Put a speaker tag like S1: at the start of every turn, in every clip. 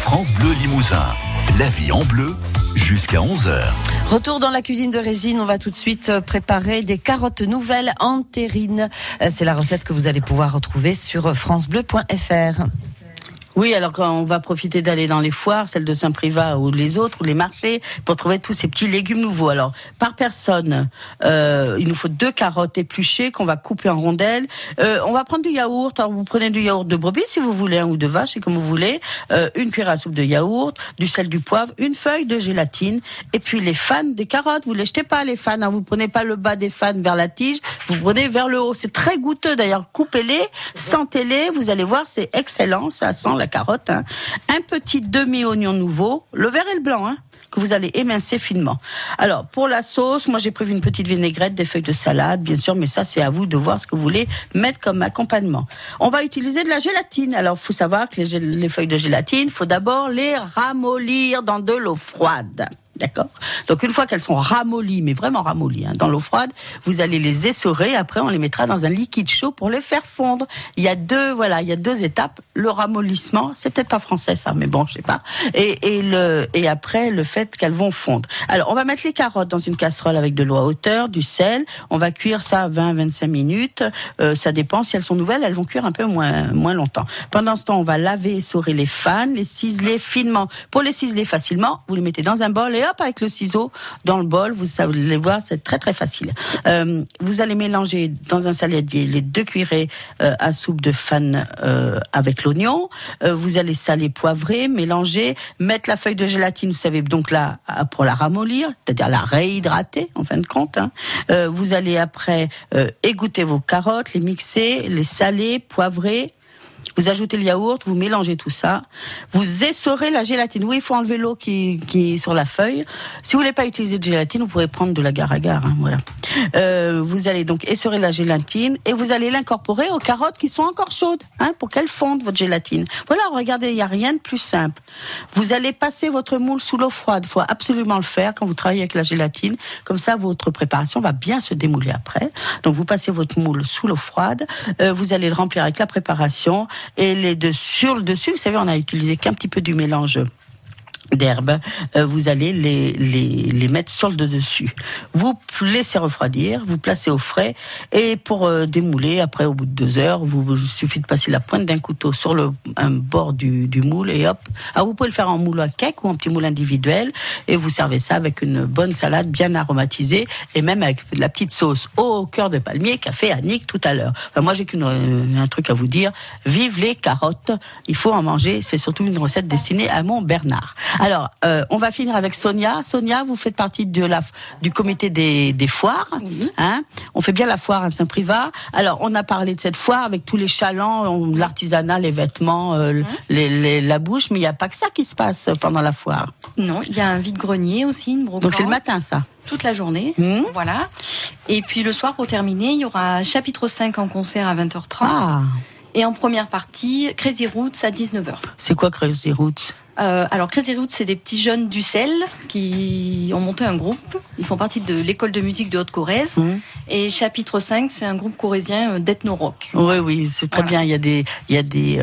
S1: France Bleu Limousin. La vie en bleu jusqu'à 11h.
S2: Retour dans la cuisine de Régine. On va tout de suite préparer des carottes nouvelles en terrine. C'est la recette que vous allez pouvoir retrouver sur francebleu.fr.
S3: Oui, alors quand on va profiter d'aller dans les foires, celles de Saint-Privat ou les autres, ou les marchés, pour trouver tous ces petits légumes nouveaux. Alors, par personne, il nous faut 2 carottes épluchées qu'on va couper en rondelles. On va prendre du yaourt. Alors, vous prenez du yaourt de brebis si vous voulez, ou de vache, c'est comme vous voulez. Une cuillère à soupe de yaourt, du sel, du poivre, une feuille de gélatine, et puis les fans des carottes. Vous les jetez pas, les fans, hein. Vous prenez pas le bas des fans vers la tige, vous prenez vers le haut. C'est très goûteux d'ailleurs. Coupez-les, sentez-les, vous allez voir, c'est excellent, ça sent la carotte, hein. Un petit demi-oignon nouveau, le vert et le blanc, hein, que vous allez émincer finement. Alors, pour la sauce, moi j'ai prévu une petite vinaigrette, des feuilles de salade, bien sûr, mais ça c'est à vous de voir ce que vous voulez mettre comme accompagnement. On va utiliser de la gélatine. Alors, faut savoir que les feuilles de gélatine, faut d'abord les ramollir dans de l'eau froide. D'accord. Donc une fois qu'elles sont ramollies, mais vraiment ramollies, hein, dans l'eau froide, vous allez les essorer. Après, on les mettra dans un liquide chaud pour les faire fondre. Il y a deux étapes. Le ramollissement, c'est peut-être pas français ça, mais bon, je sais pas. Et après, le fait qu'elles vont fondre. Alors, on va mettre les carottes dans une casserole avec de l'eau à hauteur, du sel. On va cuire ça 20-25 minutes. Ça dépend. Si elles sont nouvelles, elles vont cuire un peu moins longtemps. Pendant ce temps, on va laver, essorer les fans, les ciseler finement. Pour les ciseler facilement, vous les mettez dans un bol et hop, avec le ciseau dans le bol, vous allez voir, c'est très très facile. Vous allez mélanger dans un saladier les 2 cuillerées à soupe de fan avec l'oignon. Vous allez saler, poivrer, mélanger, mettre la feuille de gélatine, vous savez, donc là, pour la ramollir, c'est-à-dire la réhydrater, en fin de compte. Hein. Vous allez après égoutter vos carottes, les mixer, les saler, poivrer. Vous ajoutez le yaourt, vous mélangez tout ça. Vous essorez la gélatine. Oui, il faut enlever l'eau qui est sur la feuille. Si vous voulez pas utiliser de gélatine, vous pourrez prendre de l'agar-agar. Hein, voilà. Vous allez donc essorer la gélatine et vous allez l'incorporer aux carottes qui sont encore chaudes, hein, pour qu'elles fondent votre gélatine. Voilà, regardez, il n'y a rien de plus simple. Vous allez passer votre moule sous l'eau froide. Il faut absolument le faire quand vous travaillez avec la gélatine. Comme ça, votre préparation va bien se démouler après. Donc, vous passez votre moule sous l'eau froide. Vous allez le remplir avec la préparation. Et sur le dessus, vous savez, on a utilisé qu'un petit peu du mélange d'herbes, vous allez les mettre sur le dessus. Vous laissez refroidir, vous placez au frais et pour démouler, après au bout de 2 heures, il suffit de passer la pointe d'un couteau sur un bord du moule et hop. Alors vous pouvez le faire en moule à cake ou en petit moule individuel et vous servez ça avec une bonne salade bien aromatisée et même avec de la petite sauce au cœur de palmier qu'a fait Annick tout à l'heure. Enfin, moi j'ai un truc à vous dire, vive les carottes, il faut en manger, c'est surtout une recette destinée à mon Bernard. Alors, on va finir avec Sonia. Sonia, vous faites partie du comité des foires. Hein, on fait bien la foire à Saint-Privat. Alors, on a parlé de cette foire avec tous les chalands, l'artisanat, les vêtements, la bouche, mais il n'y a pas que ça qui se passe pendant la foire.
S4: Non, il y a un vide-grenier aussi, une brocante.
S3: Donc c'est le matin, ça.
S4: Toute la journée, voilà. Et puis le soir, pour terminer, il y aura chapitre 5 en concert à 20h30. Ah. Et en première partie, Crazy Roots à 19h.
S3: C'est quoi Crazy Roots ?
S4: Alors Crazy Roots, c'est des petits jeunes d'Ussel qui ont monté un groupe. Ils font partie de l'école de musique de Haute-Corrèze. Et chapitre 5, c'est un groupe corrézien d'ethno-rock.
S3: Oui, c'est très bien. Il y a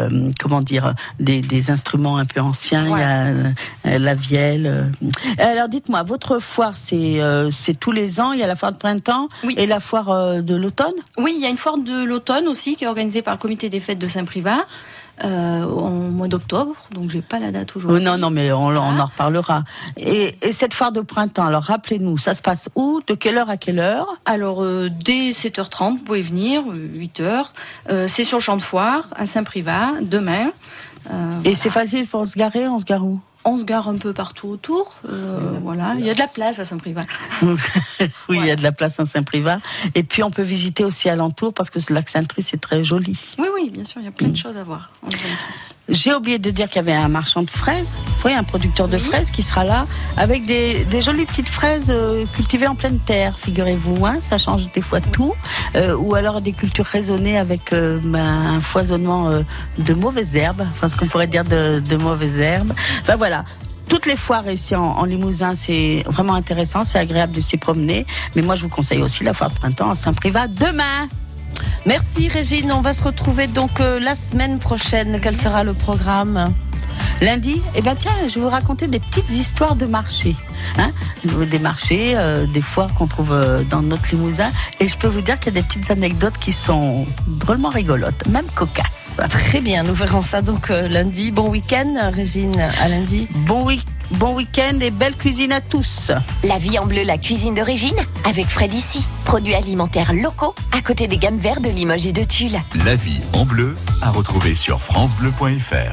S3: des instruments un peu anciens. Voilà, il y a la vielle. Alors dites-moi, votre foire, c'est tous les ans. Il y a la foire de printemps et la foire de l'automne.
S4: Oui, il y a une foire de l'automne aussi qui est organisée par le comité des fêtes de Saint-Privat. En mois d'octobre, donc j'ai pas la date aujourd'hui.
S3: Non, mais on en reparlera. Et cette foire de printemps, alors rappelez-nous, ça se passe où, de quelle heure à quelle heure ?
S4: Alors dès 7h30, vous pouvez venir, 8h. C'est sur le champ de foire, à Saint-Privat, demain.
S3: Et c'est facile pour se garer, on se gare où ?
S4: On se gare un peu partout autour, voilà. Il y a de la place à Saint-Privat.
S3: Oui, il y a de la place à Saint-Privat. Et puis on peut visiter aussi alentour parce que ce lac Saint-Try, c'est très joli.
S4: Oui, bien sûr, il y a plein de choses à voir.
S3: J'ai oublié de dire qu'il y avait un marchand de fraises, un producteur de fraises qui sera là avec des jolies petites fraises cultivées en pleine terre, figurez-vous, hein, ça change des fois tout. Ou alors des cultures raisonnées avec un foisonnement de mauvaises herbes, enfin ce qu'on pourrait dire de mauvaises herbes. Enfin voilà. Toutes les foires ici en Limousin, c'est vraiment intéressant, c'est agréable de s'y promener. Mais moi, je vous conseille aussi la foire de printemps à Saint-Privat demain.
S2: Merci Régine, on va se retrouver donc la semaine prochaine. Quel sera le programme ?
S3: Lundi, eh ben tiens, je vais vous raconter des petites histoires de marché. Des marchés, des foires qu'on trouve dans notre Limousin. Et je peux vous dire qu'il y a des petites anecdotes qui sont drôlement rigolotes, même cocasses.
S2: Très bien, nous verrons ça donc lundi. Bon week-end, Régine, à lundi.
S3: Bon week-end et belle cuisine à tous.
S5: La vie en bleu, la cuisine de Régine, avec Fred ici. Produits alimentaires locaux, à côté des gammes verts de Limoges et de Tulle.
S1: La vie en bleu, à retrouver sur francebleu.fr.